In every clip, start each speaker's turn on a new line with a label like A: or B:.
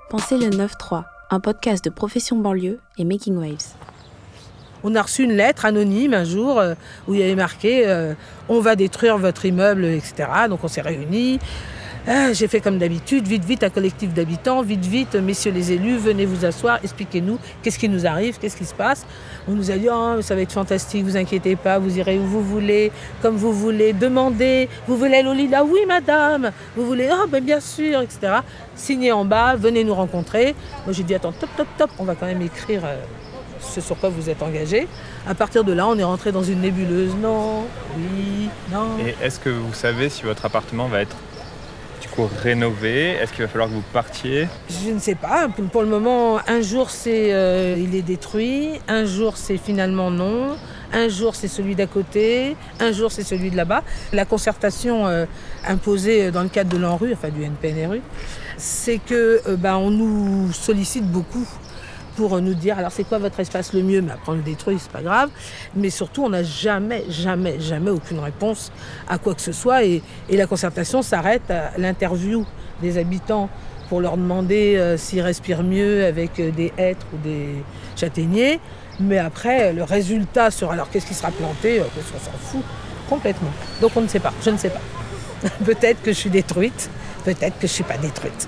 A: Pensez le 9-3, un podcast de Profession Banlieue et Making Waves.
B: On a reçu une lettre anonyme un jour où il y avait marqué « On va détruire votre immeuble, etc. » Donc on s'est réunis. J'ai fait comme d'habitude, vite, un collectif d'habitants, vite, messieurs les élus, venez vous asseoir, expliquez-nous qu'est-ce qui nous arrive, qu'est-ce qui se passe. On nous a dit, oh, ça va être fantastique, vous inquiétez pas, vous irez où vous voulez, comme vous voulez, demandez, vous voulez aller au Lila, oui madame, vous voulez, oh ben bien sûr, etc. Signez en bas, venez nous rencontrer. Moi j'ai dit, attends, top, on va quand même écrire ce sur quoi vous êtes engagés. À partir de là, on est rentré dans une nébuleuse, non, oui, non.
C: Et est-ce que vous savez si votre appartement va être rénové? Est-ce qu'il va falloir que vous partiez?
B: Je ne sais pas. Pour le moment, un jour c'est il est détruit, un jour c'est finalement non, un jour c'est celui d'à côté, un jour c'est celui de là-bas. La concertation imposée dans le cadre de l'ANRU, enfin du NPNRU, c'est que on nous sollicite beaucoup pour nous dire alors c'est quoi votre espace le mieux, mais après on le détruit, c'est pas grave. Mais surtout on n'a jamais aucune réponse à quoi que ce soit et la concertation s'arrête à l'interview des habitants pour leur demander s'ils respirent mieux avec des hêtres ou des châtaigniers. Mais après le résultat sur alors qu'est-ce qui sera planté, on s'en fout complètement. Donc on ne sait pas, je ne sais pas. Peut-être que je suis détruite, peut-être que je ne suis pas détruite.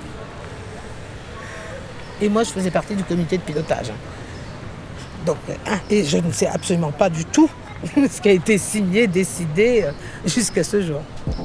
B: Et moi, je faisais partie du comité de pilotage. Donc, et je ne sais absolument pas du tout ce qui a été signé, décidé jusqu'à ce jour.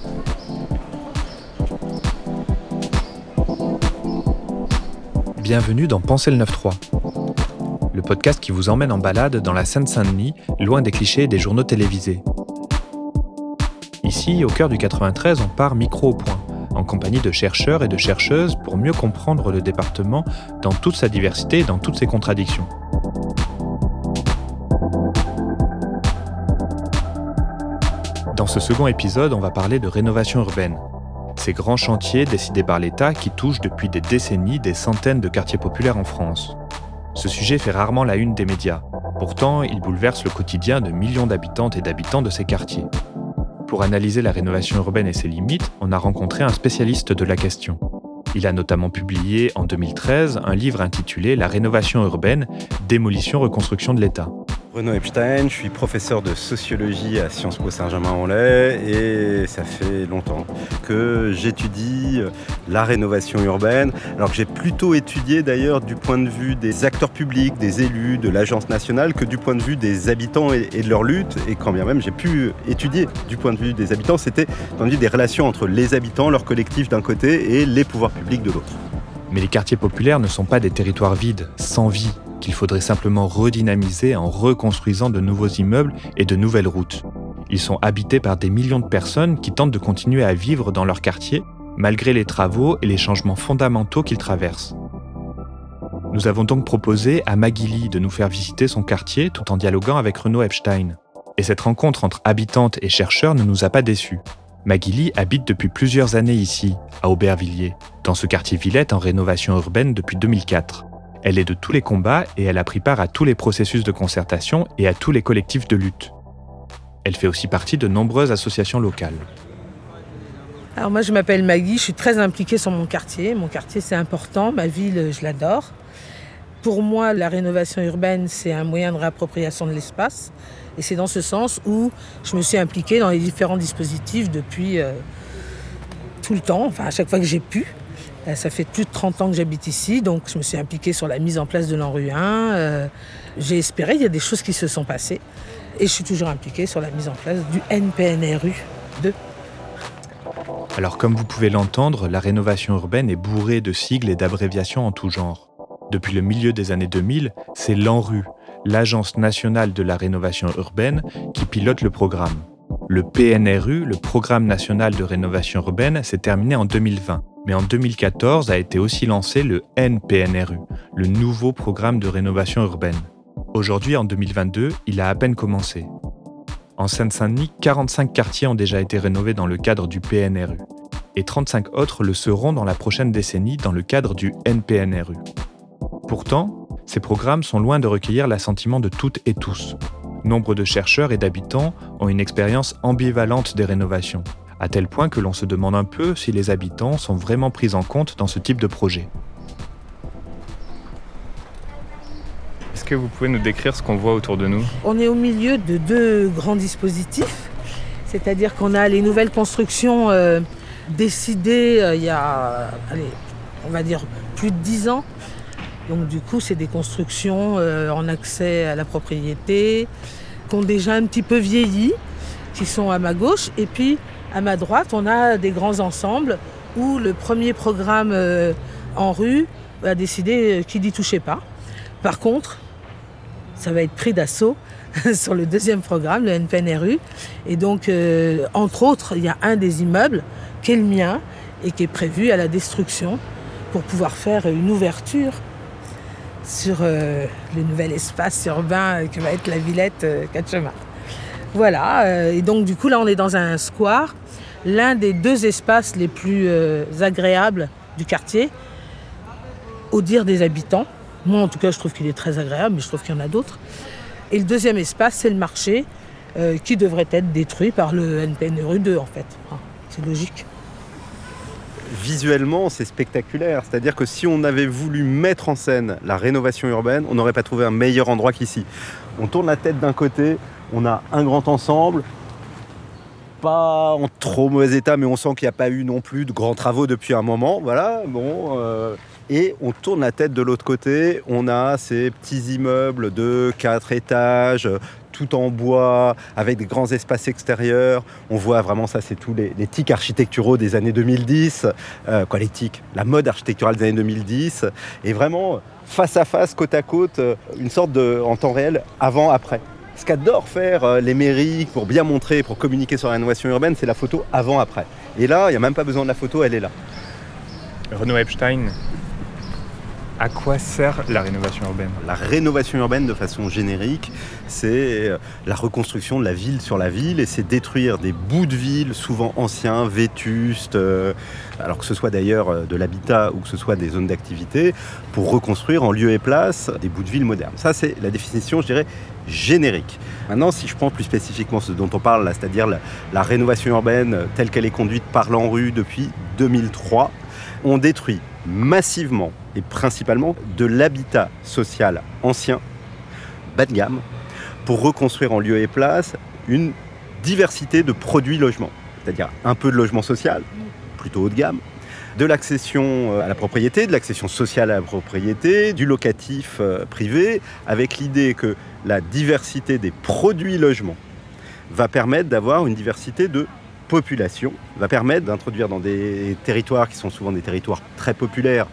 D: Bienvenue dans Pensez le 9-3, le podcast qui vous emmène en balade dans la Seine-Saint-Denis, loin des clichés et des journaux télévisés. Ici, au cœur du 93, on part micro au point, en compagnie de chercheurs et de chercheuses pour mieux comprendre le département dans toute sa diversité et dans toutes ses contradictions. Dans ce second épisode, on va parler de rénovation urbaine. Ces grands chantiers décidés par l'État qui touchent depuis des décennies des centaines de quartiers populaires en France. Ce sujet fait rarement la une des médias. Pourtant, il bouleverse le quotidien de millions d'habitantes et d'habitants de ces quartiers. Pour analyser la rénovation urbaine et ses limites, on a rencontré un spécialiste de la question. Il a notamment publié en 2013 un livre intitulé « La rénovation urbaine, démolition, reconstruction de l'État ».
E: Renaud Epstein, je suis professeur de sociologie à Sciences Po Saint-Germain-en-Laye et ça fait longtemps que j'étudie la rénovation urbaine. Alors que j'ai plutôt étudié d'ailleurs du point de vue des acteurs publics, des élus, de l'Agence nationale que du point de vue des habitants et de leur lutte. Et quand bien même j'ai pu étudier du point de vue des habitants, c'était du point de vue des relations entre les habitants, leur collectif d'un côté et les pouvoirs publics de l'autre.
D: Mais les quartiers populaires ne sont pas des territoires vides, sans vie, qu'il faudrait simplement redynamiser en reconstruisant de nouveaux immeubles et de nouvelles routes. Ils sont habités par des millions de personnes qui tentent de continuer à vivre dans leur quartier, malgré les travaux et les changements fondamentaux qu'ils traversent. Nous avons donc proposé à Maggie Lee de nous faire visiter son quartier tout en dialoguant avec Renaud Epstein. Et cette rencontre entre habitantes et chercheurs ne nous a pas déçus. Maggie Lee habite depuis plusieurs années ici, à Aubervilliers, dans ce quartier Villette en rénovation urbaine depuis 2004. Elle est de tous les combats et elle a pris part à tous les processus de concertation et à tous les collectifs de lutte. Elle fait aussi partie de nombreuses associations locales.
B: Alors moi je m'appelle Maggie, je suis très impliquée sur mon quartier. Mon quartier c'est important, ma ville je l'adore. Pour moi la rénovation urbaine c'est un moyen de réappropriation de l'espace. Et c'est dans ce sens où je me suis impliquée dans les différents dispositifs depuis tout le temps, enfin à chaque fois que j'ai pu. Ça fait plus de 30 ans que j'habite ici, donc je me suis impliquée sur la mise en place de l'ANRU 1. J'ai espéré, il y a des choses qui se sont passées. Et je suis toujours impliquée sur la mise en place du NPNRU 2.
D: Alors comme vous pouvez l'entendre, la rénovation urbaine est bourrée de sigles et d'abréviations en tout genre. Depuis le milieu des années 2000, c'est l'ANRU, l'Agence nationale de la rénovation urbaine, qui pilote le programme. Le PNRU, le Programme national de rénovation urbaine, s'est terminé en 2020. Mais en 2014 a été aussi lancé le NPNRU, le nouveau programme de rénovation urbaine. Aujourd'hui, en 2022, il a à peine commencé. En Seine-Saint-Denis, 45 quartiers ont déjà été rénovés dans le cadre du PNRU. Et 35 autres le seront dans la prochaine décennie dans le cadre du NPNRU. Pourtant, ces programmes sont loin de recueillir l'assentiment de toutes et tous. Nombre de chercheurs et d'habitants ont une expérience ambivalente des rénovations, à tel point que l'on se demande un peu si les habitants sont vraiment pris en compte dans ce type de projet.
C: que vous pouvez nous décrire ce qu'on voit autour de nous ?
B: On est au milieu de 2 grands dispositifs, c'est-à-dire qu'on a les nouvelles constructions décidées il y a, on va dire, plus de 10 ans. Donc du coup, c'est des constructions en accès à la propriété, qui ont déjà un petit peu vieilli, qui sont à ma gauche. Et puis, à ma droite, on a des grands ensembles où le premier programme en rue a décidé qu'il n'y touchait pas. Par contre, ça va être pris d'assaut sur le deuxième programme, le NPNRU. Et donc, entre autres, il y a un des immeubles qui est le mien et qui est prévu à la destruction pour pouvoir faire une ouverture sur le nouvel espace urbain que va être la Villette 4 Chemins. Voilà, et donc du coup là on est dans un square, l'un des 2 espaces les plus agréables du quartier, au dire des habitants. Moi en tout cas je trouve qu'il est très agréable, mais je trouve qu'il y en a d'autres. Et le deuxième espace c'est le marché qui devrait être détruit par le NPNRU 2 en fait. C'est logique.
E: Visuellement, c'est spectaculaire. C'est-à-dire que si on avait voulu mettre en scène la rénovation urbaine, on n'aurait pas trouvé un meilleur endroit qu'ici. On tourne la tête d'un côté, on a un grand ensemble, pas en trop mauvais état, mais on sent qu'il n'y a pas eu non plus de grands travaux depuis un moment. Voilà, bon. Et on tourne la tête de l'autre côté, on a ces petits immeubles de 4 étages, tout en bois, avec des grands espaces extérieurs. On voit vraiment ça, c'est tous les tics architecturaux des années 2010. Les tics, la mode architecturale des années 2010. Et vraiment, face à face, côte à côte, une sorte de, en temps réel, avant-après. Ce qu'adorent faire les mairies pour bien montrer, pour communiquer sur la rénovation urbaine, c'est la photo avant-après. Et là, il n'y a même pas besoin de la photo, elle est là.
C: Renaud Epstein, à quoi sert la rénovation urbaine ?
E: La rénovation urbaine, de façon générique, c'est la reconstruction de la ville sur la ville, et c'est détruire des bouts de ville, souvent anciens, vétustes, alors que ce soit d'ailleurs de l'habitat ou que ce soit des zones d'activité, pour reconstruire en lieu et place des bouts de ville modernes. Ça, c'est la définition, je dirais, générique. Maintenant, si je prends plus spécifiquement ce dont on parle, là, c'est-à-dire la rénovation urbaine telle qu'elle est conduite par l'ANRU depuis 2003, on détruit massivement et principalement de l'habitat social ancien, bas de gamme, pour reconstruire en lieu et place une diversité de produits logements. C'est-à-dire un peu de logement social, plutôt haut de gamme, de l'accession à la propriété, de l'accession sociale à la propriété, du locatif privé, avec l'idée que la diversité des produits logements va permettre d'avoir une diversité de population, va permettre d'introduire dans des territoires qui sont souvent des territoires très populaires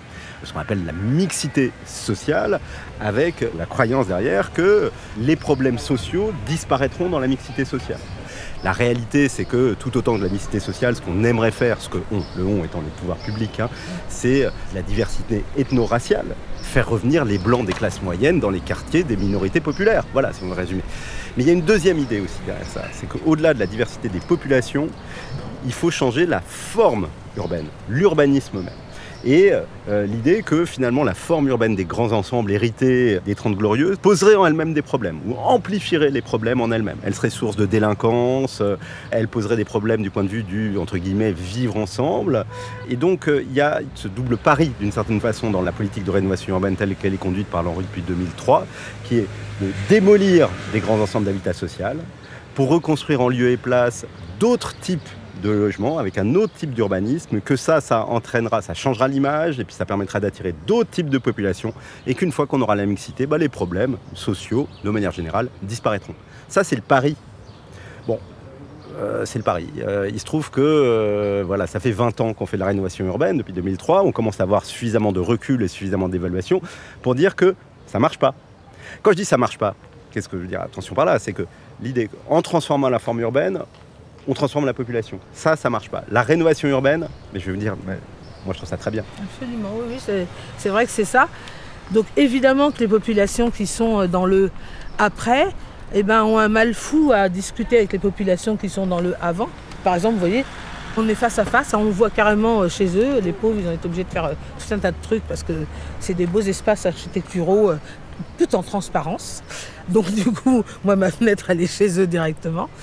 E: ce qu'on appelle la mixité sociale, avec la croyance derrière que les problèmes sociaux disparaîtront dans la mixité sociale. La réalité, c'est que tout autant que la mixité sociale, ce qu'on aimerait faire, le on étant les pouvoirs publics, c'est la diversité ethno-raciale, faire revenir les blancs des classes moyennes dans les quartiers des minorités populaires. Voilà, si on veut résumer. Mais il y a une deuxième idée aussi derrière ça, c'est qu'au-delà de la diversité des populations, il faut changer la forme urbaine, l'urbanisme même. Et l'idée que finalement la forme urbaine des grands ensembles hérités des 30 Glorieuses poserait en elle-même des problèmes, ou amplifierait les problèmes en elle-même. Elle serait source de délinquance, elle poserait des problèmes du point de vue du, entre guillemets, vivre ensemble. Et donc il y a ce double pari d'une certaine façon dans la politique de rénovation urbaine telle qu'elle est conduite par l'ANRU depuis 2003, qui est de démolir des grands ensembles d'habitat social pour reconstruire en lieu et place d'autres types de logement, avec un autre type d'urbanisme, que ça entraînera, ça changera l'image, et puis ça permettra d'attirer d'autres types de populations, et qu'une fois qu'on aura la mixité, les problèmes sociaux, de manière générale, disparaîtront. Ça, c'est le pari. Bon, c'est le pari. Il se trouve que ça fait 20 ans qu'on fait de la rénovation urbaine, depuis 2003, on commence à avoir suffisamment de recul et suffisamment d'évaluation pour dire que ça marche pas. Quand je dis ça marche pas, qu'est-ce que je veux dire ? Attention par là, c'est que l'idée, en transformant la forme urbaine, on transforme la population. Ça marche pas. La rénovation urbaine, mais je vais vous dire, moi je trouve ça très bien.
B: Absolument, oui, c'est vrai que c'est ça. Donc évidemment que les populations qui sont dans le après, ont un mal fou à discuter avec les populations qui sont dans le avant. Par exemple, vous voyez, on est face à face, on voit carrément chez eux, les pauvres, ils ont été obligés de faire tout un tas de trucs parce que c'est des beaux espaces architecturaux, tout en transparence. Donc du coup, moi ma fenêtre elle est chez eux directement.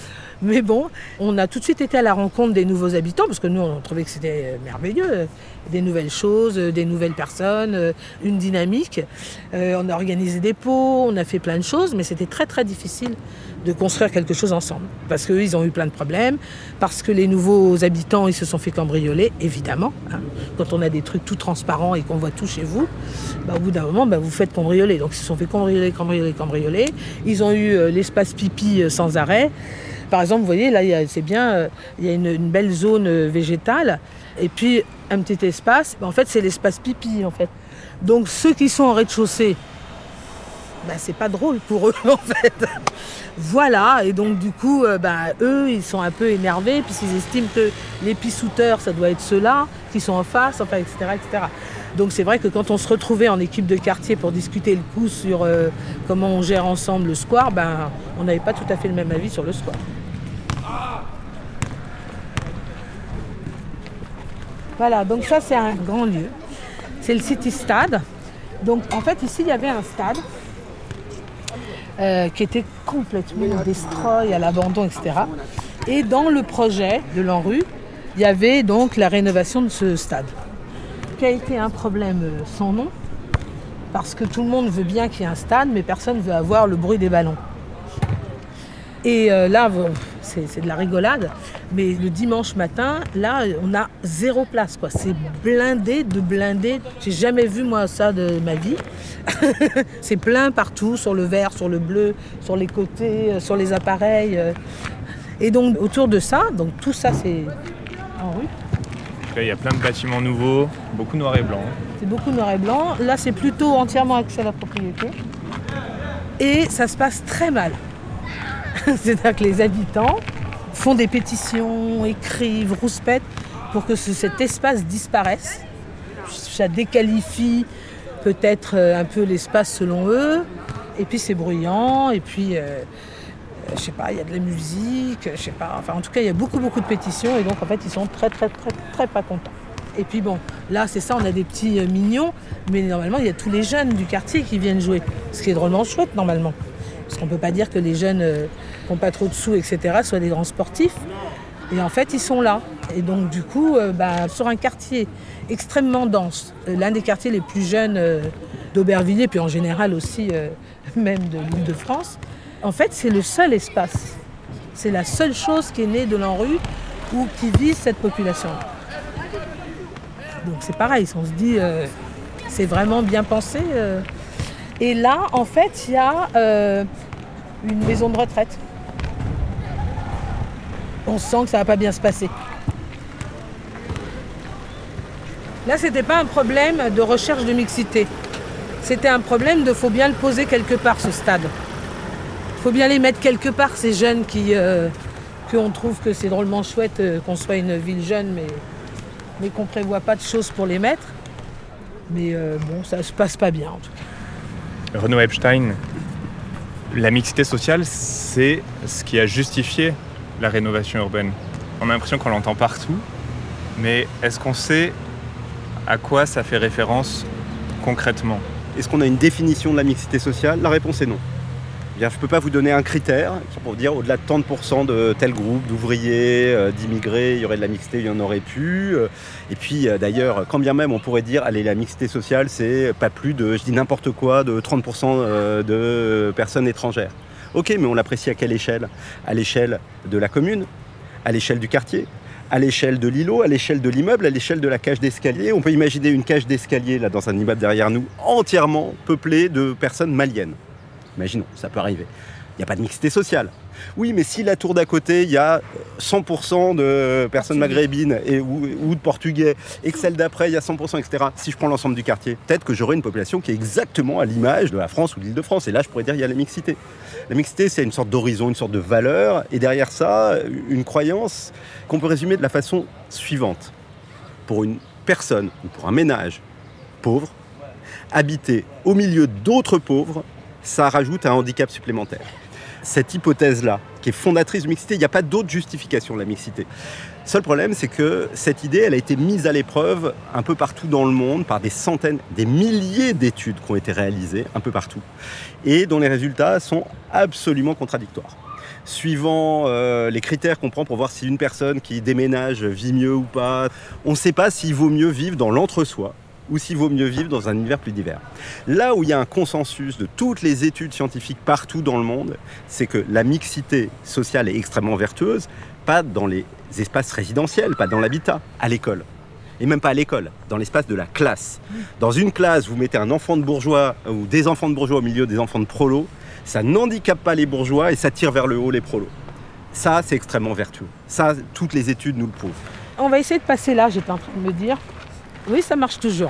B: Mais bon, on a tout de suite été à la rencontre des nouveaux habitants, parce que nous, on trouvait que c'était merveilleux. Des nouvelles choses, des nouvelles personnes, une dynamique. On a organisé des pots, on a fait plein de choses, mais c'était très très difficile de construire quelque chose ensemble. Parce qu'eux, ils ont eu plein de problèmes, parce que les nouveaux habitants, ils se sont fait cambrioler, évidemment. Hein. Quand on a des trucs tout transparents et qu'on voit tout chez vous, au bout d'un moment, vous faites cambrioler. Donc ils se sont fait cambrioler. Ils ont eu l'espace pipi sans arrêt. Par exemple, vous voyez, là, c'est bien, il y a une belle zone végétale, et puis un petit espace. En fait, c'est l'espace pipi, en fait. Donc ceux qui sont en rez-de-chaussée, c'est pas drôle pour eux, en fait. Voilà, et donc du coup, eux, ils sont un peu énervés, puisqu'ils estiment que les pissouteurs, ça doit être ceux-là, qui sont en face, enfin, etc., etc. Donc c'est vrai que quand on se retrouvait en équipe de quartier pour discuter le coup sur comment on gère ensemble le square, on n'avait pas tout à fait le même avis sur le square. Voilà, donc ça c'est un grand lieu. C'est le City Stade. Donc en fait ici il y avait un stade qui était complètement destroy, à l'abandon, etc. Et dans le projet de l'ANRU, il y avait donc la rénovation de ce stade, qui a été un problème sans nom, parce que tout le monde veut bien qu'il y ait un stade, mais personne ne veut avoir le bruit des ballons. Et là, c'est de la rigolade, mais le dimanche matin, là, on a 0 place, quoi. C'est blindé de blindés. J'ai jamais vu, moi, ça de ma vie. C'est plein partout, sur le vert, sur le bleu, sur les côtés, sur les appareils. Et donc, autour de ça, donc tout ça, c'est en rue.
C: Là, il y a plein de bâtiments nouveaux, beaucoup noir et blanc.
B: C'est beaucoup noir et blanc. Là, c'est plutôt entièrement accès à la propriété. Et ça se passe très mal. C'est-à-dire que les habitants font des pétitions, écrivent, rouspètent pour que cet espace disparaisse. Ça déqualifie peut-être un peu l'espace selon eux. Et puis c'est bruyant, et puis je sais pas, il y a de la musique, je sais pas. Enfin, en tout cas, il y a beaucoup de pétitions, et donc en fait, ils sont très pas contents. Et puis bon, là, c'est ça, on a des petits mignons, mais normalement, il y a tous les jeunes du quartier qui viennent jouer. Ce qui est drôlement chouette, normalement. Parce qu'on ne peut pas dire que les jeunes qui n'ont pas trop de sous, etc., soient des grands sportifs. Et en fait, ils sont là. Et donc, du coup, sur un quartier extrêmement dense, l'un des quartiers les plus jeunes d'Aubervilliers, puis en général aussi même de l'Île-de-France, en fait, c'est le seul espace. C'est la seule chose qui est née de l'ANRU ou qui vise cette population. Donc, c'est pareil, on se dit, c'est vraiment bien pensé. Et là, en fait, il y a une maison de retraite. On sent que ça va pas bien se passer. Là, c'était pas un problème de recherche de mixité. C'était un problème de faut bien le poser quelque part, ce stade. Faut bien les mettre quelque part, ces jeunes qu'on trouve que c'est drôlement chouette qu'on soit une ville jeune, mais qu'on prévoit pas de choses pour les mettre. Mais ça se passe pas bien, en tout cas.
C: Renaud Epstein, la mixité sociale, c'est ce qui a justifié la rénovation urbaine. On a l'impression qu'on l'entend partout, mais est-ce qu'on sait à quoi ça fait référence concrètement ?
E: Est-ce qu'on a une définition de la mixité sociale ? La réponse est non. Je ne peux pas vous donner un critère pour dire au-delà de tant de pourcents de tel groupe, d'ouvriers, d'immigrés, il y aurait de la mixité, il y en aurait pu. Et puis d'ailleurs, quand bien même on pourrait dire, allez, la mixité sociale, c'est pas plus de, je dis n'importe quoi, de 30% de personnes étrangères. Ok, mais on l'apprécie à quelle échelle ? À l'échelle de la commune, à l'échelle du quartier, à l'échelle de l'îlot, à l'échelle de l'immeuble, à l'échelle de la cage d'escalier. On peut imaginer une cage d'escalier là dans un immeuble derrière nous, entièrement peuplée de personnes maliennes. Imaginons, ça peut arriver. Il n'y a pas de mixité sociale. Oui, mais si la tour d'à côté, il y a 100% de personnes maghrébines ou de portugais, et que celle d'après, il y a 100%, etc., si je prends l'ensemble du quartier, peut-être que j'aurai une population qui est exactement à l'image de la France ou de l'Île-de-France. Et là, je pourrais dire qu'il y a la mixité. La mixité, c'est une sorte d'horizon, une sorte de valeur, et derrière ça, une croyance qu'on peut résumer de la façon suivante. Pour une personne ou pour un ménage pauvre, habiter au milieu d'autres pauvres, ça rajoute un handicap supplémentaire. Cette hypothèse-là, qui est fondatrice de mixité, il n'y a pas d'autre justification de la mixité. Seul problème, c'est que cette idée, elle a été mise à l'épreuve un peu partout dans le monde par des centaines, des milliers d'études qui ont été réalisées un peu partout et dont les résultats sont absolument contradictoires. suivant les critères qu'on prend pour voir si une personne qui déménage vit mieux ou pas. On ne sait pas s'il vaut mieux vivre dans l'entre-soi ou s'il vaut mieux vivre dans un univers plus divers. Là où il y a un consensus de toutes les études scientifiques partout dans le monde, c'est que la mixité sociale est extrêmement vertueuse, pas dans les espaces résidentiels, pas dans l'habitat, à l'école. Et même pas à l'école, dans l'espace de la classe. Dans une classe, vous mettez un enfant de bourgeois ou des enfants de bourgeois au milieu des enfants de prolos, ça n'handicape pas les bourgeois et ça tire vers le haut les prolos. Ça, c'est extrêmement vertueux. Ça, toutes les études nous le prouvent.
B: On va essayer de passer là, j'étais en train de me dire. Oui, ça marche toujours.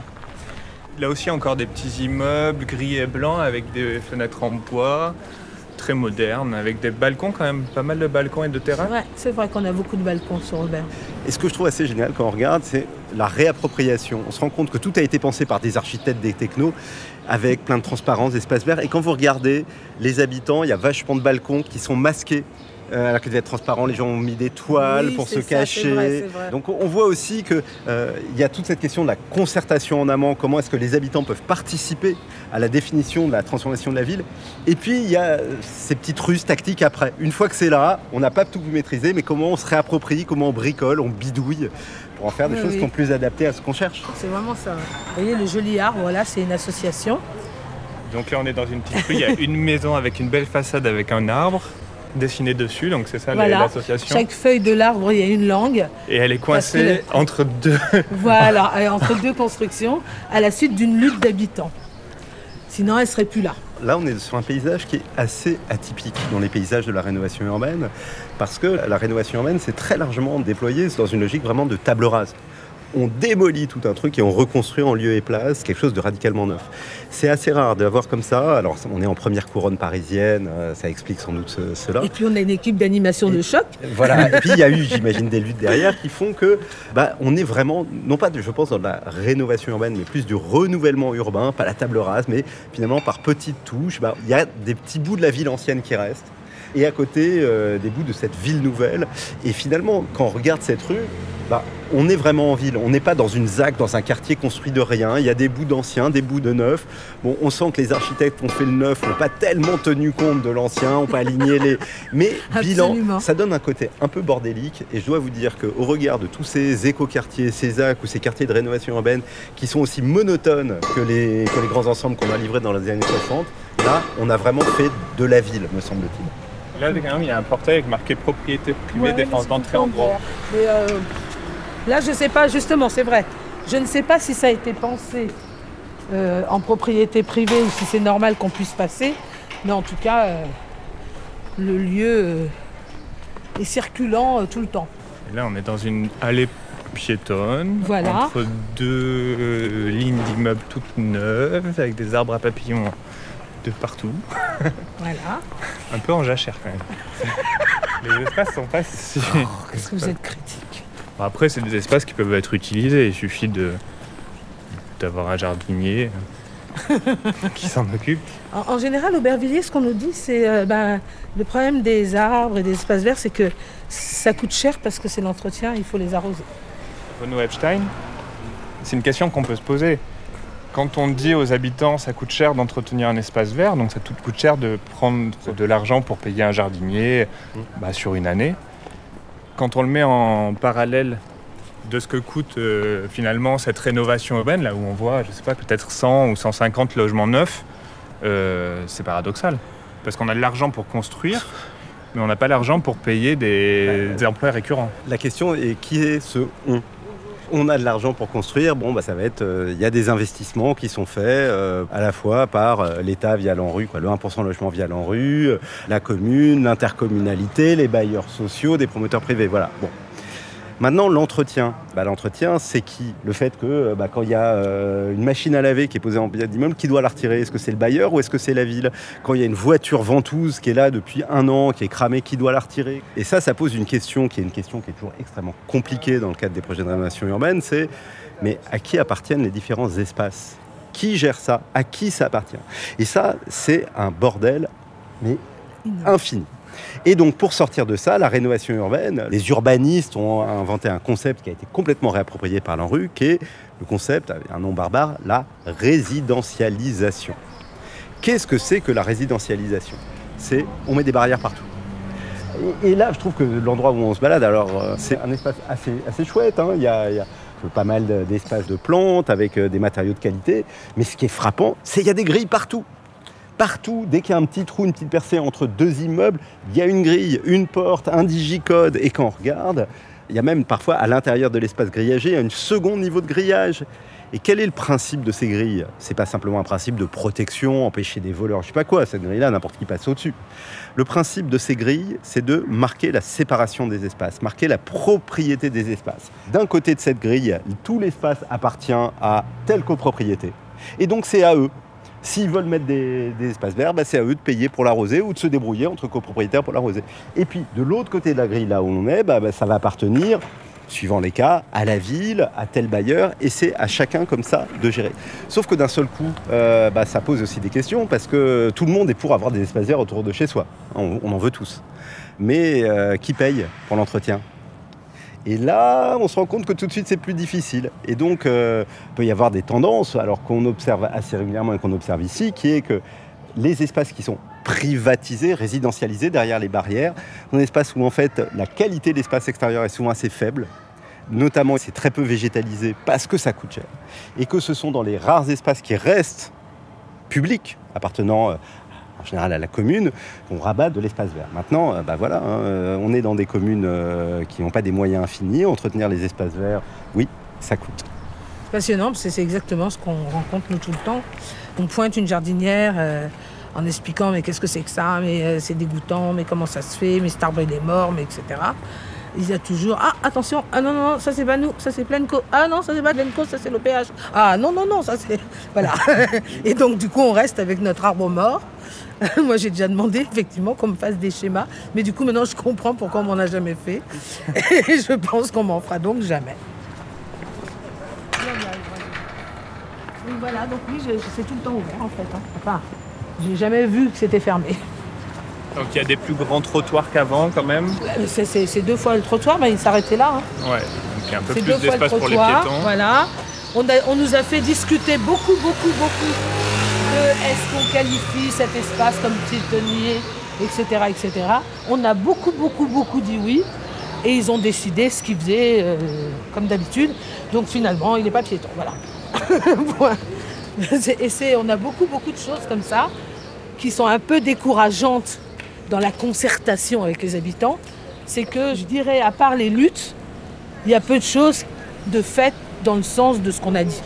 C: Là aussi, encore des petits immeubles gris et blancs avec des fenêtres en bois, très modernes, avec des balcons quand même, pas mal de balcons et de terrasses.
B: Ouais, c'est vrai qu'on a beaucoup de balcons sur Aubert.
E: Et ce que je trouve assez génial quand on regarde, c'est la réappropriation. On se rend compte que tout a été pensé par des architectes, des technos, avec plein de transparence, d'espaces verts. Et quand vous regardez les habitants, il y a vachement de balcons qui sont masqués. Alors qu'ils devaient être transparents, les gens ont mis des toiles pour se cacher.
B: C'est vrai.
E: Donc on voit aussi qu'il y a toute cette question de la concertation en amont, comment est-ce que les habitants peuvent participer à la définition de la transformation de la ville. Et puis il y a ces petites ruses tactiques après. Une fois que c'est là, on n'a pas tout maîtrisé, mais comment on se réapproprie, comment on bricole, on bidouille pour en faire des choses qui sont plus adaptées à ce qu'on cherche.
B: C'est vraiment ça. Vous voyez le joli arbre, voilà, c'est une association.
C: Donc là on est dans une petite rue, il y a une maison avec une belle façade avec un arbre dessiné dessus, donc c'est ça
B: voilà.
C: L'association.
B: Chaque feuille de l'arbre, il y a une langue.
C: Et elle est coincée entre deux.
B: Voilà, entre deux constructions, à la suite d'une lutte d'habitants. Sinon, elle ne serait plus là.
E: Là, on est sur un paysage qui est assez atypique dans les paysages de la rénovation urbaine, parce que la rénovation urbaine, c'est très largement déployé dans une logique vraiment de table rase. On démolit tout un truc et on reconstruit en lieu et place quelque chose de radicalement neuf. C'est assez rare de l'avoir comme ça. Alors, on est en première couronne parisienne, ça explique sans doute cela.
B: Et puis, on a une équipe d'animation de choc.
E: Voilà, et puis il y a eu, j'imagine, des luttes derrière qui font que on est vraiment, non pas, je pense, dans la rénovation urbaine, mais plus du renouvellement urbain, pas la table rase, mais finalement par petites touches. Il y a des petits bouts de la ville ancienne qui restent. Et à côté, des bouts de cette ville nouvelle. Et finalement, quand on regarde cette rue, on est vraiment en ville. On n'est pas dans une ZAC, dans un quartier construit de rien. Il y a des bouts d'anciens, des bouts de neufs. Bon, on sent que les architectes qui ont fait le neuf n'ont pas tellement tenu compte de l'ancien, n'ont pas aligné les... Mais bilan, ça donne un côté un peu bordélique. Et je dois vous dire qu'au regard de tous ces éco-quartiers, ces ZAC ou ces quartiers de rénovation urbaine qui sont aussi monotones que les grands ensembles qu'on a livrés dans les années 60, là, on a vraiment fait de la ville, me semble-t-il.
C: Là, quand même, il y a un portail avec marqué propriété privée, défense d'entrée en gros.
B: Mais là, je ne sais pas, justement, c'est vrai. Je ne sais pas si ça a été pensé en propriété privée ou si c'est normal qu'on puisse passer. Mais en tout cas, le lieu est circulant tout le temps.
C: Et là, on est dans une allée piétonne,
B: voilà.
C: Entre deux lignes d'immeubles toutes neuves, avec des arbres à papillons de partout.
B: Voilà.
C: Un peu en jachère quand même. Les espaces sont pas si...
B: Qu'est-ce que vous êtes critique.
C: Après, c'est des espaces qui peuvent être utilisés. Il suffit d'avoir un jardinier qui s'en occupe.
B: En général, Aubervilliers, ce qu'on nous dit, c'est le problème des arbres et des espaces verts, c'est que ça coûte cher parce que c'est l'entretien, il faut les arroser.
C: Renaud Epstein, c'est une question qu'on peut se poser. Quand on dit aux habitants ça coûte cher d'entretenir un espace vert, donc ça coûte cher de prendre de l'argent pour payer un jardinier sur une année. Quand on le met en parallèle de ce que coûte finalement cette rénovation urbaine, là où on voit, je sais pas, peut-être 100 ou 150 logements neufs, c'est paradoxal. Parce qu'on a de l'argent pour construire, mais on n'a pas l'argent pour payer des emplois récurrents.
E: La question est qui est ce on ? On a de l'argent pour construire, ça va être, il y a des investissements qui sont faits à la fois par l'État via l'ANRU, le 1% logement via l'ANRU, la commune, l'intercommunalité, les bailleurs sociaux, des promoteurs privés, voilà. Bon. Maintenant, l'entretien. L'entretien, c'est qui ? Le fait que quand il y a une machine à laver qui est posée en pied d'immeuble, qui doit la retirer ? Est-ce que c'est le bailleur ou est-ce que c'est la ville ? Quand il y a une voiture ventouse qui est là depuis 1 an, qui est cramée, qui doit la retirer ? Et ça pose une question qui est toujours extrêmement compliquée dans le cadre des projets de rénovation urbaine, c'est mais à qui appartiennent les différents espaces ? Qui gère ça ? À qui ça appartient ? Et ça, c'est un bordel, mais infini. Et donc, pour sortir de ça, la rénovation urbaine, les urbanistes ont inventé un concept qui a été complètement réapproprié par l'ANRU, qui est le concept, avec un nom barbare, la résidentialisation. Qu'est-ce que c'est que la résidentialisation ? C'est, on met des barrières partout. Et là, je trouve que l'endroit où on se balade, alors c'est un espace assez chouette. Hein. Il y a pas mal d'espaces de plantes avec des matériaux de qualité. Mais ce qui est frappant, c'est qu'il y a des grilles partout. Partout, dès qu'il y a un petit trou, une petite percée entre deux immeubles, il y a une grille, une porte, un digicode. Et quand on regarde, il y a même parfois à l'intérieur de l'espace grillagé un second niveau de grillage. Et quel est le principe de ces grilles ? C'est pas simplement un principe de protection, empêcher des voleurs, je sais pas quoi, cette grille-là, n'importe qui passe au-dessus. Le principe de ces grilles, c'est de marquer la séparation des espaces, marquer la propriété des espaces. D'un côté de cette grille, tout l'espace appartient à telle copropriété. Et donc c'est à eux. S'ils veulent mettre des espaces verts, c'est à eux de payer pour l'arroser ou de se débrouiller entre copropriétaires pour l'arroser. Et puis de l'autre côté de la grille, là où on est, ça va appartenir, suivant les cas, à la ville, à tel bailleur, et c'est à chacun comme ça de gérer. Sauf que d'un seul coup, ça pose aussi des questions, parce que tout le monde est pour avoir des espaces verts autour de chez soi. On en veut tous. Mais qui paye pour l'entretien ? Et là, on se rend compte que tout de suite, c'est plus difficile. Et donc, il peut y avoir des tendances, alors qu'on observe assez régulièrement et qu'on observe ici, qui est que les espaces qui sont privatisés, résidentialisés derrière les barrières, sont des espaces où en fait la qualité de l'espace extérieur est souvent assez faible. Notamment, c'est très peu végétalisé parce que ça coûte cher. Et que ce sont dans les rares espaces qui restent publics, appartenant en général à la commune, qu'on rabat de l'espace vert. Maintenant, on est dans des communes qui n'ont pas des moyens infinis. Entretenir les espaces verts, oui, ça coûte.
B: C'est passionnant, parce que c'est exactement ce qu'on rencontre nous tout le temps. On pointe une jardinière en expliquant mais qu'est-ce que c'est que ça, mais c'est dégoûtant, mais comment ça se fait, mais cet arbre il est mort, mais etc. Il y a toujours attention, non, ça c'est pas nous, ça c'est Plenco, non, ça c'est pas Plenco, ça c'est l'OPH, non, ça c'est... Voilà. Et donc du coup on reste avec notre arbre mort. Moi j'ai déjà demandé effectivement qu'on me fasse des schémas, mais du coup maintenant je comprends pourquoi on m'en a jamais fait. Et je pense qu'on m'en fera donc jamais. Donc voilà, donc oui, c'est tout le temps ouvert en fait. Enfin, j'ai jamais vu que c'était fermé.
C: Donc il y a des plus grands trottoirs qu'avant quand même.
B: C'est 2 fois le trottoir, il s'arrêtait là.
C: Ouais, donc il y a un peu
B: c'est
C: plus d'espace pour les piétons.
B: Voilà. On nous a fait discuter beaucoup de est-ce qu'on qualifie cet espace comme piétonnier, etc. On a beaucoup dit oui. Et ils ont décidé ce qu'ils faisaient comme d'habitude. Donc finalement, il n'est pas piéton. Voilà. On a beaucoup de choses comme ça qui sont un peu décourageantes dans la concertation avec les habitants. C'est que, je dirais, à part les luttes, il y a peu de choses de faites dans le sens de ce qu'on a dit.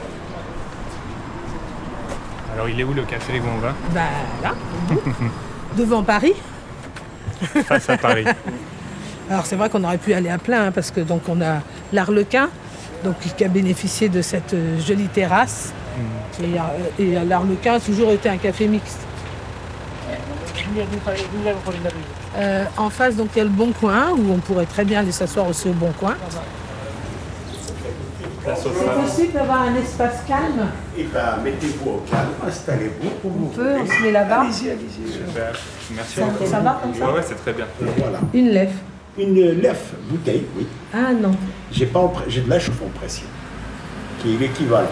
C: Alors il est où le café où on va ?
B: Là, devant Paris.
C: Face à Paris.
B: Alors c'est vrai qu'on aurait pu aller à plein, parce que donc on a l'Arlequin, donc qui a bénéficié de cette jolie terrasse. Et l'Arlequin a toujours été un café mixte. En face, donc il y a le Bon Coin, où on pourrait très bien aller s'asseoir aussi au Bon Coin. C'est possible d'avoir un espace calme.
F: Mettez-vous au calme, installez-vous.
B: On peut, on se met là-bas.
F: Allez-y.
C: Super. Merci
B: Ça,
C: beaucoup.
B: ça va comme ça ?
C: Ouais, c'est très bien.
F: Voilà.
B: Une lèvre.
F: Une lèvre bouteille, oui.
B: Ah non.
F: J'ai de la chauffe en pression, qui est l'équivalent.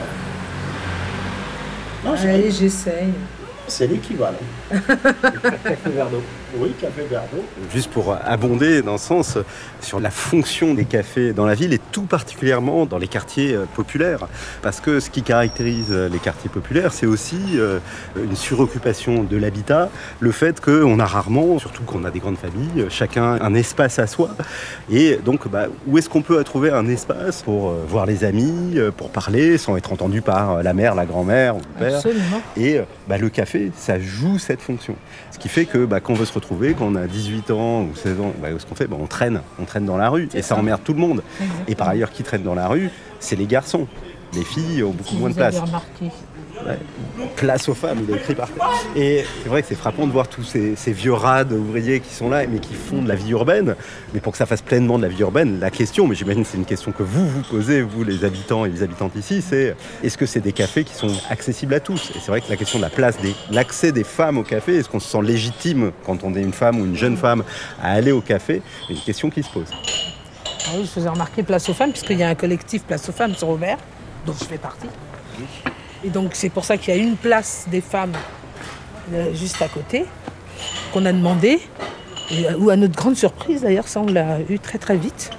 F: Non,
B: Allez, j'essaye.
F: c'est l'équivalent.
E: Café verre d'eau.
F: Oui, café verre d'eau.
E: Juste pour abonder dans le sens sur la fonction des cafés dans la ville et tout particulièrement dans les quartiers populaires. Parce que ce qui caractérise les quartiers populaires, c'est aussi une suroccupation de l'habitat, le fait qu'on a rarement, surtout qu'on a des grandes familles, chacun un espace à soi. Et donc, où est-ce qu'on peut trouver un espace pour voir les amis, pour parler sans être entendu par la mère, la grand-mère ou le père.
B: Absolument.
E: Et le café, ça joue cette fonction. Ce qui fait que quand on veut se retrouver, quand on a 18 ans ou 16 ans, ce qu'on fait, on traîne dans la rue. Et ça emmerde tout le monde. Exactement. Et par ailleurs, qui traîne dans la rue, c'est les garçons. Les filles ont beaucoup moins de place. Ouais. Place aux femmes, il est écrit par terre. Et c'est vrai que c'est frappant de voir tous ces vieux rades ouvriers qui sont là, mais qui font de la vie urbaine. Mais pour que ça fasse pleinement de la vie urbaine, la question, mais j'imagine que c'est une question que vous posez, vous les habitants et les habitantes ici, c'est est-ce que c'est des cafés qui sont accessibles à tous ? Et c'est vrai que la question de la place, l'accès des femmes au café, est-ce qu'on se sent légitime quand on est une femme ou une jeune femme à aller au café ? C'est une question qui se pose.
B: Ah oui, je faisais remarquer Place aux femmes, puisqu'il y a un collectif Place aux femmes sur Aubert, dont je fais partie. Et donc c'est pour ça qu'il y a une place des femmes juste à côté, qu'on a demandé. Ou à notre grande surprise, d'ailleurs, ça on l'a eu très très vite,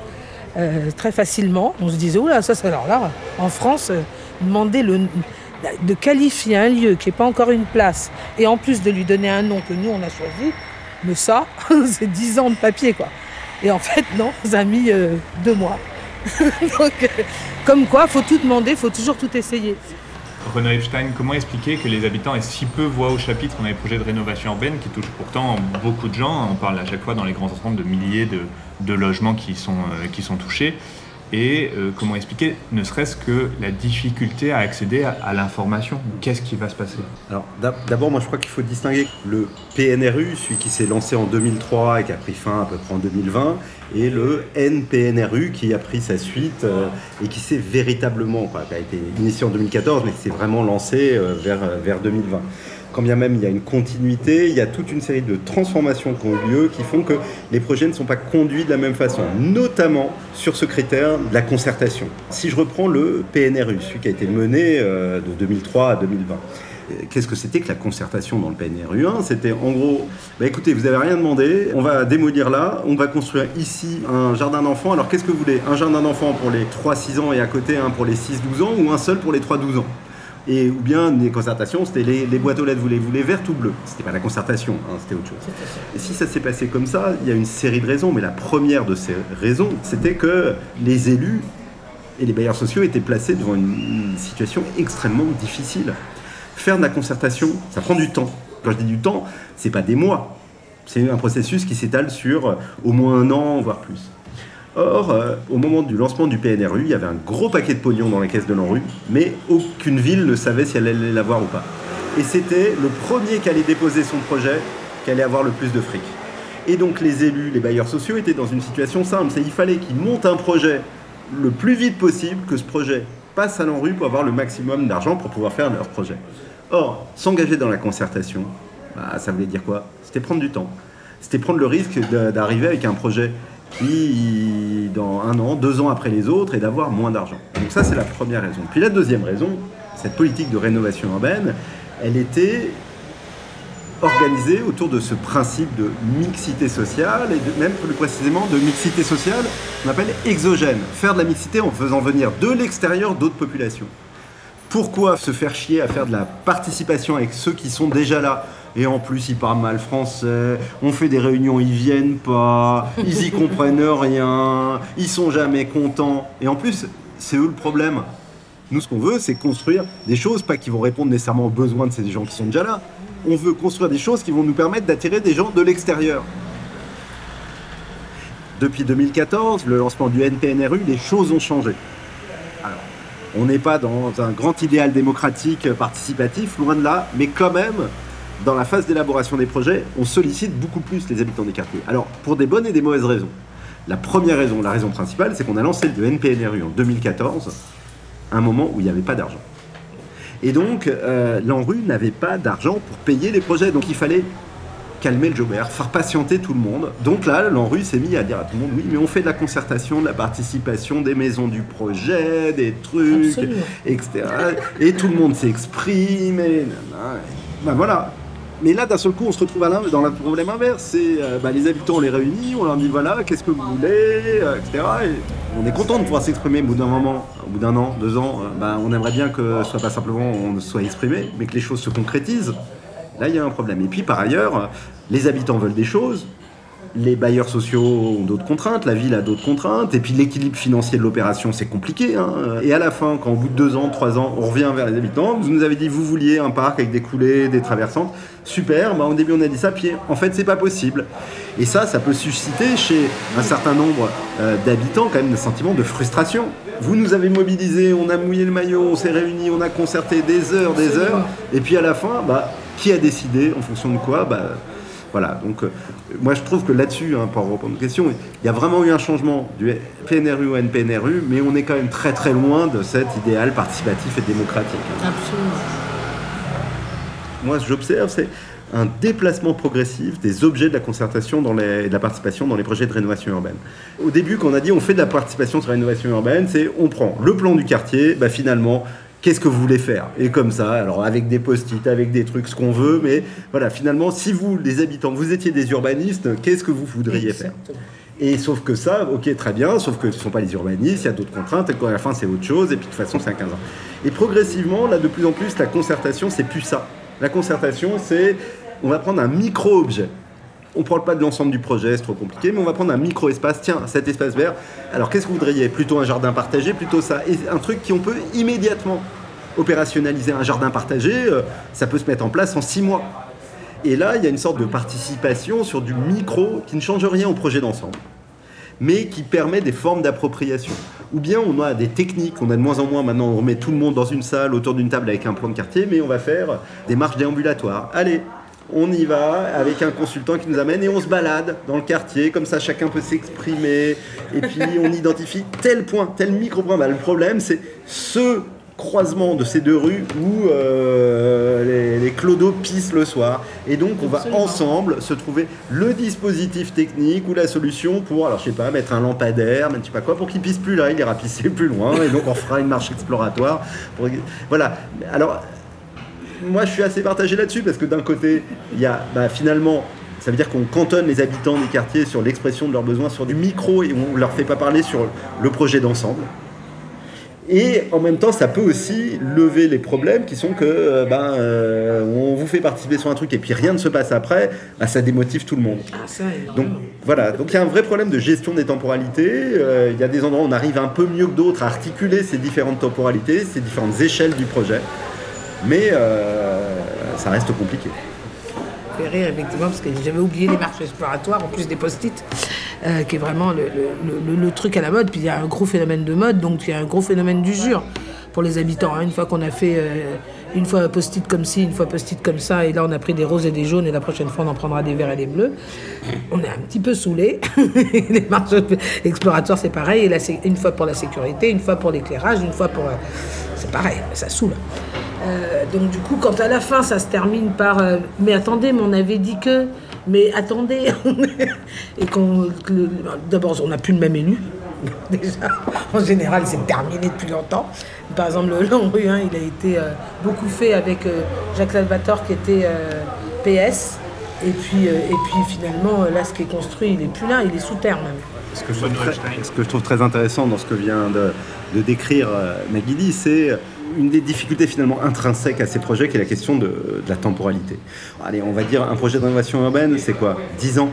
B: très facilement. On se disait, oula, alors là, en France, demander de qualifier un lieu qui n'est pas encore une place, et en plus de lui donner un nom que nous on a choisi, mais ça, c'est 10 ans de papier, quoi. Et en fait, non, ça a mis 2 mois. Donc, comme quoi, il faut tout demander, il faut toujours tout essayer.
C: Renaud Epstein, comment expliquer que les habitants aient si peu voix au chapitre dans les projets de rénovation urbaine qui touchent pourtant beaucoup de gens? On parle à chaque fois dans les grands ensembles de milliers de logements qui sont touchés. Et comment expliquer ne serait-ce que la difficulté à accéder à l'information? Qu'est-ce qui va se passer?
E: Alors d'abord, moi je crois qu'il faut distinguer le PNRU, celui qui s'est lancé en 2003 et qui a pris fin à peu près en 2020, et le NPNRU qui a pris sa suite et qui s'est véritablement, qui a été initié en 2014 mais qui s'est vraiment lancé vers 2020. Quand bien même il y a une continuité, il y a toute une série de transformations qui ont eu lieu qui font que les projets ne sont pas conduits de la même façon, notamment sur ce critère de la concertation. Si je reprends le PNRU, celui qui a été mené de 2003 à 2020, qu'est-ce que c'était que la concertation dans le PNRU 1? C'était en gros, écoutez, vous n'avez rien demandé, on va démolir là, on va construire ici un jardin d'enfants. Alors qu'est-ce que vous voulez? Un jardin d'enfants pour les 3-6 ans et à côté un pour les 6-12 ans, ou un seul pour les 3-12 ans? Ou bien les concertations, c'était les boîtes aux lettres, vous les vertes ou bleues? C'était pas la concertation, c'était autre chose. Et si ça s'est passé comme ça, il y a une série de raisons, mais la première de ces raisons, c'était que les élus et les bailleurs sociaux étaient placés devant une situation extrêmement difficile. Faire de la concertation, ça prend du temps. Quand je dis du temps, c'est pas des mois. C'est un processus qui s'étale sur au moins 1 an, voire plus. Or, au moment du lancement du PNRU, il y avait un gros paquet de pognon dans la caisse de l'ANRU, mais aucune ville ne savait si elle allait l'avoir ou pas. Et c'était le premier qui allait déposer son projet qui allait avoir le plus de fric. Et donc les élus, les bailleurs sociaux étaient dans une situation simple, c'est qu'il fallait qu'ils montent un projet le plus vite possible, que ce projet passe à l'ANRU pour avoir le maximum d'argent pour pouvoir faire leur projet. Or, s'engager dans la concertation, ça voulait dire quoi? C'était prendre du temps. C'était prendre le risque d'arriver avec un projet qui, dans 1 an, 2 ans après les autres, et d'avoir moins d'argent. Donc ça, c'est la première raison. Puis la deuxième raison, cette politique de rénovation urbaine, elle était organisée autour de ce principe de mixité sociale, et même plus précisément de mixité sociale qu'on appelle exogène. Faire de la mixité en faisant venir de l'extérieur d'autres populations. Pourquoi se faire chier à faire de la participation avec ceux qui sont déjà là? Et en plus, ils parlent mal français, on fait des réunions, ils viennent pas, ils y comprennent rien, ils sont jamais contents. Et en plus, c'est eux le problème. Nous, ce qu'on veut, c'est construire des choses, pas qui vont répondre nécessairement aux besoins de ces gens qui sont déjà là. On veut construire des choses qui vont nous permettre d'attirer des gens de l'extérieur. Depuis 2014, le lancement du NPNRU, les choses ont changé. Alors, on n'est pas dans un grand idéal démocratique participatif, loin de là, mais quand même, dans la phase d'élaboration des projets, on sollicite beaucoup plus les habitants des quartiers. Alors, pour des bonnes et des mauvaises raisons. La première raison, la raison principale, c'est qu'on a lancé le NPNRU en 2014, à un moment où il n'y avait pas d'argent. Et donc, l'ANRU n'avait pas d'argent pour payer les projets. Donc, il fallait calmer le jobert, faire patienter tout le monde. Donc là, l'ANRU s'est mis à dire à tout le monde, oui, mais on fait de la concertation, de la participation, des maisons du projet, des trucs, absolument, etc. Et tout le monde s'exprime, et voilà. Mais là, d'un seul coup, on se retrouve dans le problème inverse. C'est les habitants, on les réunit, on leur dit voilà, qu'est-ce que vous voulez, etc. Et on est content de pouvoir s'exprimer au bout d'un moment, au bout d'1 an, 2 ans. On aimerait bien que ce soit pas simplement on soit exprimé, mais que les choses se concrétisent. Là, il y a un problème. Et puis, par ailleurs, les habitants veulent des choses. Les bailleurs sociaux ont d'autres contraintes, la ville a d'autres contraintes, et puis l'équilibre financier de l'opération, c'est compliqué. Et à la fin, quand au bout de 2 ans, 3 ans, on revient vers les habitants, vous nous avez dit vous vouliez un parc avec des coulées, des traversantes, super, au début on a dit ça, puis en fait c'est pas possible. Et ça peut susciter chez un certain nombre d'habitants quand même un sentiment de frustration. Vous nous avez mobilisés, on a mouillé le maillot, on s'est réunis, on a concerté des heures, et puis à la fin, qui a décidé, en fonction de quoi? Voilà, donc moi je trouve que là-dessus, pour répondre aux questions, il y a vraiment eu un changement du PNRU au NPNRU, mais on est quand même très très loin de cet idéal participatif et démocratique.
B: Absolument.
E: Moi, ce que j'observe, c'est un déplacement progressif des objets de la concertation et de la participation dans les projets de rénovation urbaine. Au début, quand on a dit on fait de la participation sur la rénovation urbaine, c'est on prend le plan du quartier, finalement, Qu'est-ce que vous voulez faire ? Et comme ça, alors avec des post-it, avec des trucs, ce qu'on veut, mais voilà, finalement, si vous, les habitants, vous étiez des urbanistes, qu'est-ce que vous voudriez faire ? Et sauf que ça, ok, très bien, sauf que ce ne sont pas les urbanistes, il y a d'autres contraintes, et qu'à la fin, c'est autre chose, et puis de toute façon, c'est à 15 ans. Et progressivement, là, de plus en plus, la concertation, c'est plus ça. La concertation, c'est, on va prendre un micro-objet. On ne parle pas de l'ensemble du projet, c'est trop compliqué, mais on va prendre un micro-espace. Tiens, cet espace vert, alors qu'est-ce que vous voudriez ? Plutôt un jardin partagé, plutôt ça. Et un truc qu'on peut immédiatement opérationnaliser. Un jardin partagé, ça peut se mettre en place en 6 mois. Et là, il y a une sorte de participation sur du micro qui ne change rien au projet d'ensemble, mais qui permet des formes d'appropriation. Ou bien on a des techniques, on a de moins en moins maintenant, on remet tout le monde dans une salle, autour d'une table avec un plan de quartier, mais on va faire des marches déambulatoires. Allez, on y va avec un consultant qui nous amène et on se balade dans le quartier, comme ça chacun peut s'exprimer, et puis on identifie tel point, tel micro-point. Le problème, c'est ce croisement de ces deux rues où les clodos pissent le soir. Et donc, on va ensemble se trouver le dispositif technique ou la solution pour, alors je sais pas, mettre un lampadaire, je sais pas quoi, pour qu'il pisse plus là, il ira pisser plus loin. Et donc, on fera une marche exploratoire. Voilà. Alors, moi, je suis assez partagé là-dessus parce que d'un côté, il y a finalement, ça veut dire qu'on cantonne les habitants des quartiers sur l'expression de leurs besoins, sur du micro, et on ne leur fait pas parler sur le projet d'ensemble. Et en même temps, ça peut aussi lever les problèmes qui sont que on vous fait participer sur un truc et puis rien ne se passe après, ça démotive tout le monde. Donc voilà, donc il y a un vrai problème de gestion des temporalités. Il y a des endroits où on arrive un peu mieux que d'autres à articuler ces différentes temporalités, ces différentes échelles du projet, mais ça reste compliqué.
B: Fait rire effectivement parce que j'avais oublié les marches exploratoires en plus des post-it qui est vraiment le truc à la mode. Puis il y a un gros phénomène de mode, donc il y a un gros phénomène d'usure pour les habitants. Une fois qu'on a fait une fois post-it comme ci, une fois post-it comme ça, et là on a pris des roses et des jaunes, et la prochaine fois on en prendra des verts et des bleus, on est un petit peu saoulés. Les marches exploratoires c'est pareil, et là c'est une fois pour la sécurité, une fois pour l'éclairage, une fois pour... c'est pareil, ça saoule. Donc du coup, quand à la fin ça se termine par mais attendez, mais on avait dit que, mais attendez, et d'abord on n'a plus le même élu. Déjà, en général, c'est terminé depuis longtemps. Par exemple, le Langrue, il a été beaucoup fait avec Jacques Salvatore qui était PS, et puis finalement, là, ce qui est construit, il n'est plus là, il est sous terre même.
E: Ce que je trouve très intéressant dans ce que vient de décrire Maguili, c'est une des difficultés finalement intrinsèques à ces projets, qui est la question de la temporalité. Allez, on va dire un projet de rénovation urbaine, c'est quoi ? 10 ans.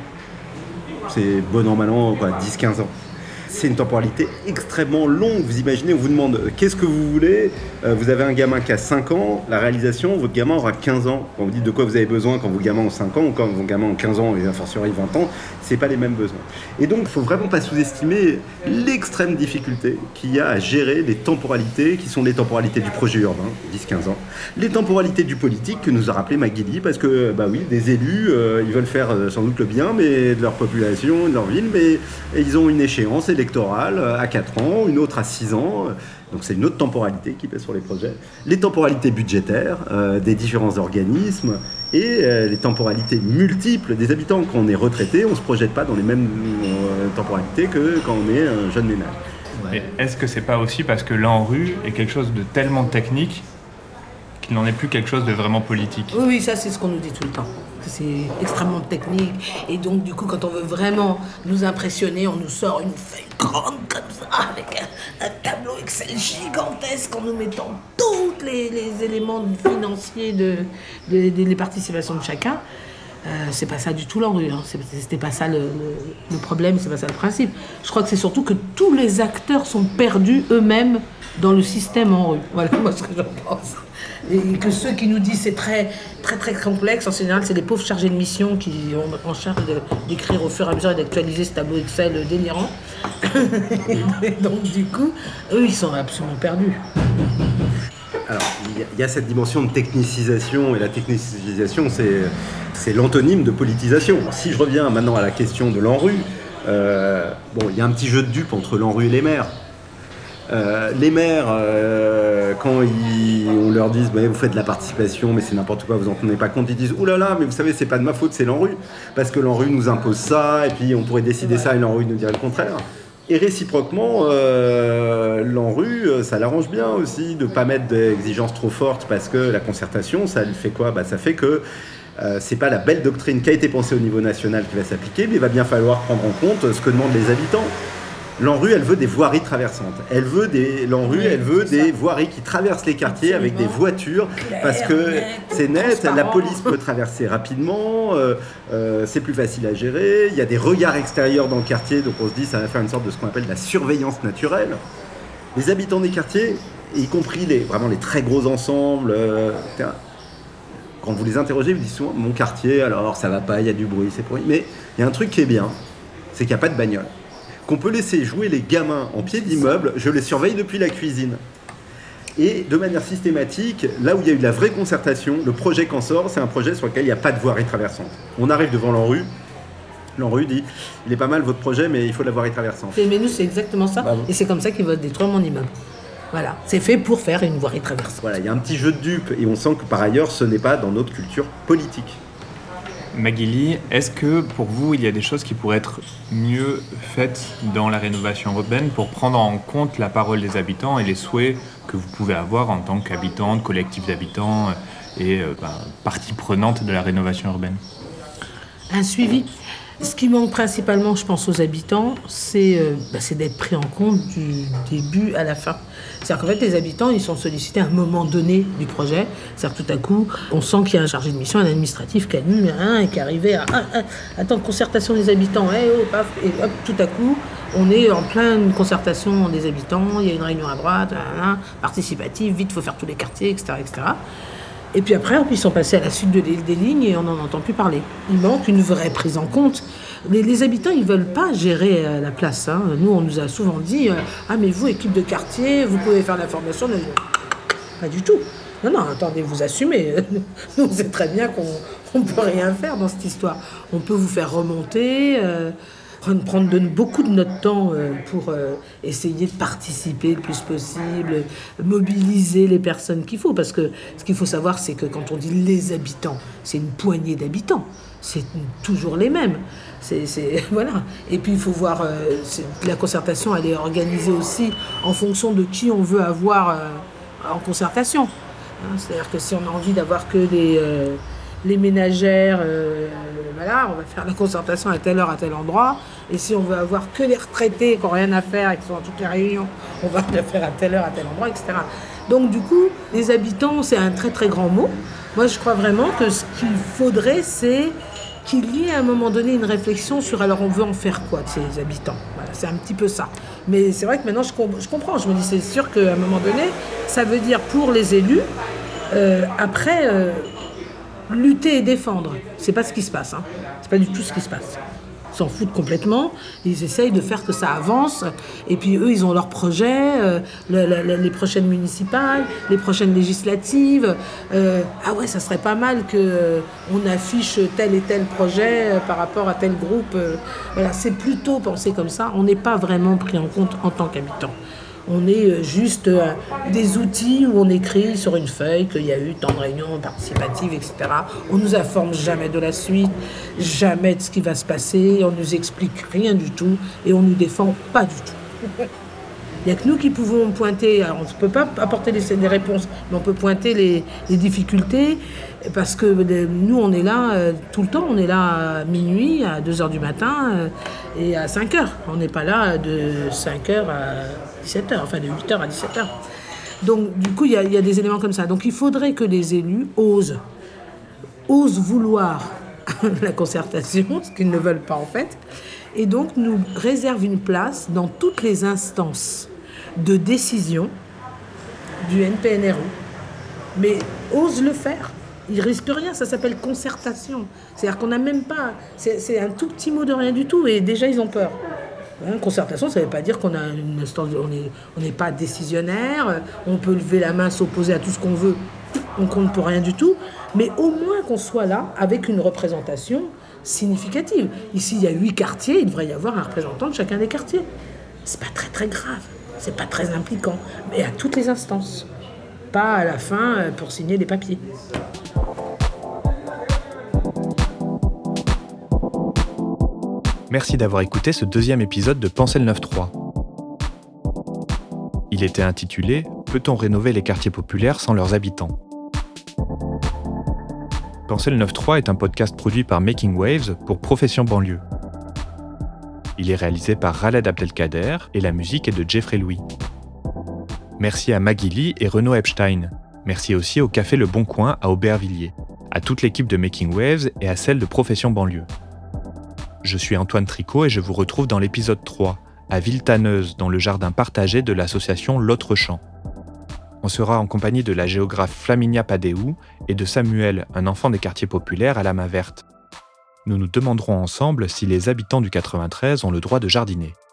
E: C'est bon an, mal an, 10-15 ans. C'est une temporalité extrêmement longue. Vous imaginez, on vous demande qu'est-ce que vous voulez. Vous avez un gamin qui a 5 ans, la réalisation, votre gamin aura 15 ans. Quand vous dites de quoi vous avez besoin quand vos gamins ont 5 ans ou quand vos gamins ont 15 ans et a fortiori 20 ans, c'est pas les mêmes besoins. Et donc, il ne faut vraiment pas sous-estimer l'extrême difficulté qu'il y a à gérer les temporalités, qui sont les temporalités du projet urbain, 10-15 ans, les temporalités du politique que nous a rappelé Maguili, parce que, des élus, ils veulent faire sans doute le bien, mais de leur population, de leur ville, mais ils ont une échéance électorale à 4 ans, une autre à 6 ans. Donc c'est une autre temporalité qui pèse sur les projets. Les temporalités budgétaires des différents organismes et les temporalités multiples des habitants. Quand on est retraité, on ne se projette pas dans les mêmes temporalités que quand on est un jeune ménage.
C: Mais est-ce que c'est pas aussi parce que l'ANRU est quelque chose de tellement technique qu'il n'en est plus quelque chose de vraiment politique ?
B: Oui, ça c'est ce qu'on nous dit tout le temps. C'est extrêmement technique, et donc du coup quand on veut vraiment nous impressionner, on nous sort une feuille grande comme ça avec un tableau Excel gigantesque en nous mettant tous les éléments financiers des participations de chacun. C'est pas ça du tout l'ANRU, c'était pas ça le problème, c'est pas ça le principe. Je crois que c'est surtout que tous les acteurs sont perdus eux-mêmes dans le système ANRU. Voilà moi ce que j'en pense. Et que ceux qui nous disent c'est très très très complexe, en général c'est les pauvres chargés de mission qui ont en charge d'écrire au fur et à mesure et d'actualiser ce tableau Excel délirant. Et donc du coup, eux ils sont absolument perdus.
E: Alors, il y a cette dimension de technicisation, et la technicisation, c'est l'antonyme de politisation. Si je reviens maintenant à la question de l'ANRU, il y a un petit jeu de dupes entre l'ANRU et les maires. Les maires, quand on leur dit vous faites de la participation, mais c'est n'importe quoi, vous en tenez pas compte, ils disent oulala, mais vous savez, c'est pas de ma faute, c'est l'ANRU, parce que l'ANRU nous impose ça, et puis on pourrait décider ça, et l'ANRU nous dirait le contraire. Et réciproquement, l'ANRU, ça l'arrange bien aussi de ne pas mettre d'exigences trop fortes parce que la concertation, ça fait quoi ? Ça fait que c'est pas la belle doctrine qui a été pensée au niveau national qui va s'appliquer, mais il va bien falloir prendre en compte ce que demandent les habitants. L'ANRU, elle veut des voiries traversantes. Elle veut des voiries qui traversent les quartiers avec des voitures, parce que c'est net, la police peut traverser rapidement, c'est plus facile à gérer, il y a des regards extérieurs dans le quartier, donc on se dit ça va faire une sorte de ce qu'on appelle la surveillance naturelle. Les habitants des quartiers, y compris vraiment les très gros ensembles, quand vous les interrogez, vous dites souvent mon quartier, alors ça va pas, il y a du bruit, c'est pourri. Mais il y a un truc qui est bien, c'est qu'il n'y a pas de bagnole. Qu'on peut laisser jouer les gamins en pied d'immeuble, je les surveille depuis la cuisine. Et de manière systématique, là où il y a eu de la vraie concertation, le projet qu'en sort, c'est un projet sur lequel il n'y a pas de voirie traversante. On arrive devant l'ANRU dit il est pas mal votre projet, mais il faut de la voirie traversante.
B: Mais nous, c'est exactement ça, et c'est comme ça qu'ils veulent détruire mon immeuble. Voilà, c'est fait pour faire une voirie traversante.
E: Voilà, il y a un petit jeu de dupes, et on sent que par ailleurs, ce n'est pas dans notre culture politique.
C: Magali, est-ce que pour vous, il y a des choses qui pourraient être mieux faites dans la rénovation urbaine pour prendre en compte la parole des habitants et les souhaits que vous pouvez avoir en tant qu'habitante, collectif d'habitants et partie prenante de la rénovation urbaine ?
B: Un suivi. Ce qui manque principalement, je pense, aux habitants, c'est d'être pris en compte du début à la fin. C'est-à-dire qu'en fait, les habitants, ils sont sollicités à un moment donné du projet. C'est-à-dire que tout à coup, on sent qu'il y a un chargé de mission, un administratif qui allume et qui est arrivé à attends, concertation des habitants, paf, et hop, tout à coup, on est en pleine concertation des habitants, il y a une réunion à droite, participative, vite, il faut faire tous les quartiers, etc., etc. Et puis après, ils sont passés à la suite des lignes et on n'en entend plus parler. Il manque une vraie prise en compte. Les habitants, ils ne veulent pas gérer la place. Nous, on nous a souvent dit mais vous, équipe de quartier, vous pouvez faire l'information. Pas du tout. Non, attendez, vous assumez. Nous, on sait très bien qu'on ne peut rien faire dans cette histoire. On peut vous faire remonter... prendre beaucoup de notre temps pour essayer de participer le plus possible, mobiliser les personnes qu'il faut. Parce que ce qu'il faut savoir, c'est que quand on dit les habitants, c'est une poignée d'habitants. C'est toujours les mêmes. Voilà. Et puis il faut voir, la concertation, elle est organisée aussi en fonction de qui on veut avoir en concertation. C'est-à-dire que si on a envie d'avoir que les ménagères, on va faire la concertation à telle heure, à tel endroit. Et si on veut avoir que les retraités qui n'ont rien à faire et qui sont dans toutes les réunions, on va la faire à telle heure, à tel endroit, etc. Donc du coup, les habitants, c'est un très très grand mot. Moi, je crois vraiment que ce qu'il faudrait, c'est qu'il y ait à un moment donné une réflexion sur alors on veut en faire quoi de ces habitants. Voilà, c'est un petit peu ça. Mais c'est vrai que maintenant, je comprends. Je me dis, c'est sûr qu'à un moment donné, ça veut dire pour les élus, lutter et défendre, c'est pas ce qui se passe. C'est pas du tout ce qui se passe. Ils s'en foutent complètement. Ils essayent de faire que ça avance. Et puis eux, ils ont leurs projets, les prochaines municipales, les prochaines législatives. Ça serait pas mal qu'on affiche tel et tel projet par rapport à tel groupe. Voilà, c'est plutôt pensé comme ça. On n'est pas vraiment pris en compte en tant qu'habitant. On est juste des outils où on écrit sur une feuille qu'il y a eu tant de réunions participatives, etc. On ne nous informe jamais de la suite, jamais de ce qui va se passer, on ne nous explique rien du tout et on ne nous défend pas du tout. Il n'y a que nous qui pouvons pointer, alors on ne peut pas apporter des réponses, mais on peut pointer les difficultés parce que nous on est là tout le temps, on est là à minuit, à 2h du matin et à 5h. On n'est pas là de 5h à 17h, enfin de 8h à 17h. Donc du coup il y a des éléments comme ça. Donc il faudrait que les élus osent vouloir la concertation, ce qu'ils ne veulent pas en fait, et donc nous réservent une place dans toutes les instances de décision du NPNRU. Mais osent le faire. Ils risquent rien, ça s'appelle concertation. C'est-à-dire qu'on n'a même pas... C'est un tout petit mot de rien du tout et déjà ils ont peur. Concertation, ça ne veut pas dire qu'on a une instance, on n'est pas décisionnaire, on peut lever la main, s'opposer à tout ce qu'on veut, on compte pour rien du tout, mais au moins qu'on soit là avec une représentation significative. Ici, il y a 8 quartiers, il devrait y avoir un représentant de chacun des quartiers. C'est pas très très grave, c'est pas très impliquant, mais à toutes les instances, pas à la fin pour signer des papiers.
D: Merci d'avoir écouté ce deuxième épisode de Pensez le 9-3. Il était intitulé « Peut-on rénover les quartiers populaires sans leurs habitants ?» Pensez le 9-3 est un podcast produit par Making Waves pour Profession Banlieue. Il est réalisé par Khaled Abdelkader et la musique est de Jeffrey Louis. Merci à Maggie Lee et Renaud Epstein. Merci aussi au Café Le Bon Coin à Aubervilliers, à toute l'équipe de Making Waves et à celle de Profession Banlieue. Je suis Antoine Tricot et je vous retrouve dans l'épisode 3, à Villetaneuse, dans le jardin partagé de l'association L'Autre Champ. On sera en compagnie de la géographe Flaminia Padéou et de Samuel, un enfant des quartiers populaires à la main verte. Nous nous demanderons ensemble si les habitants du 93 ont le droit de jardiner.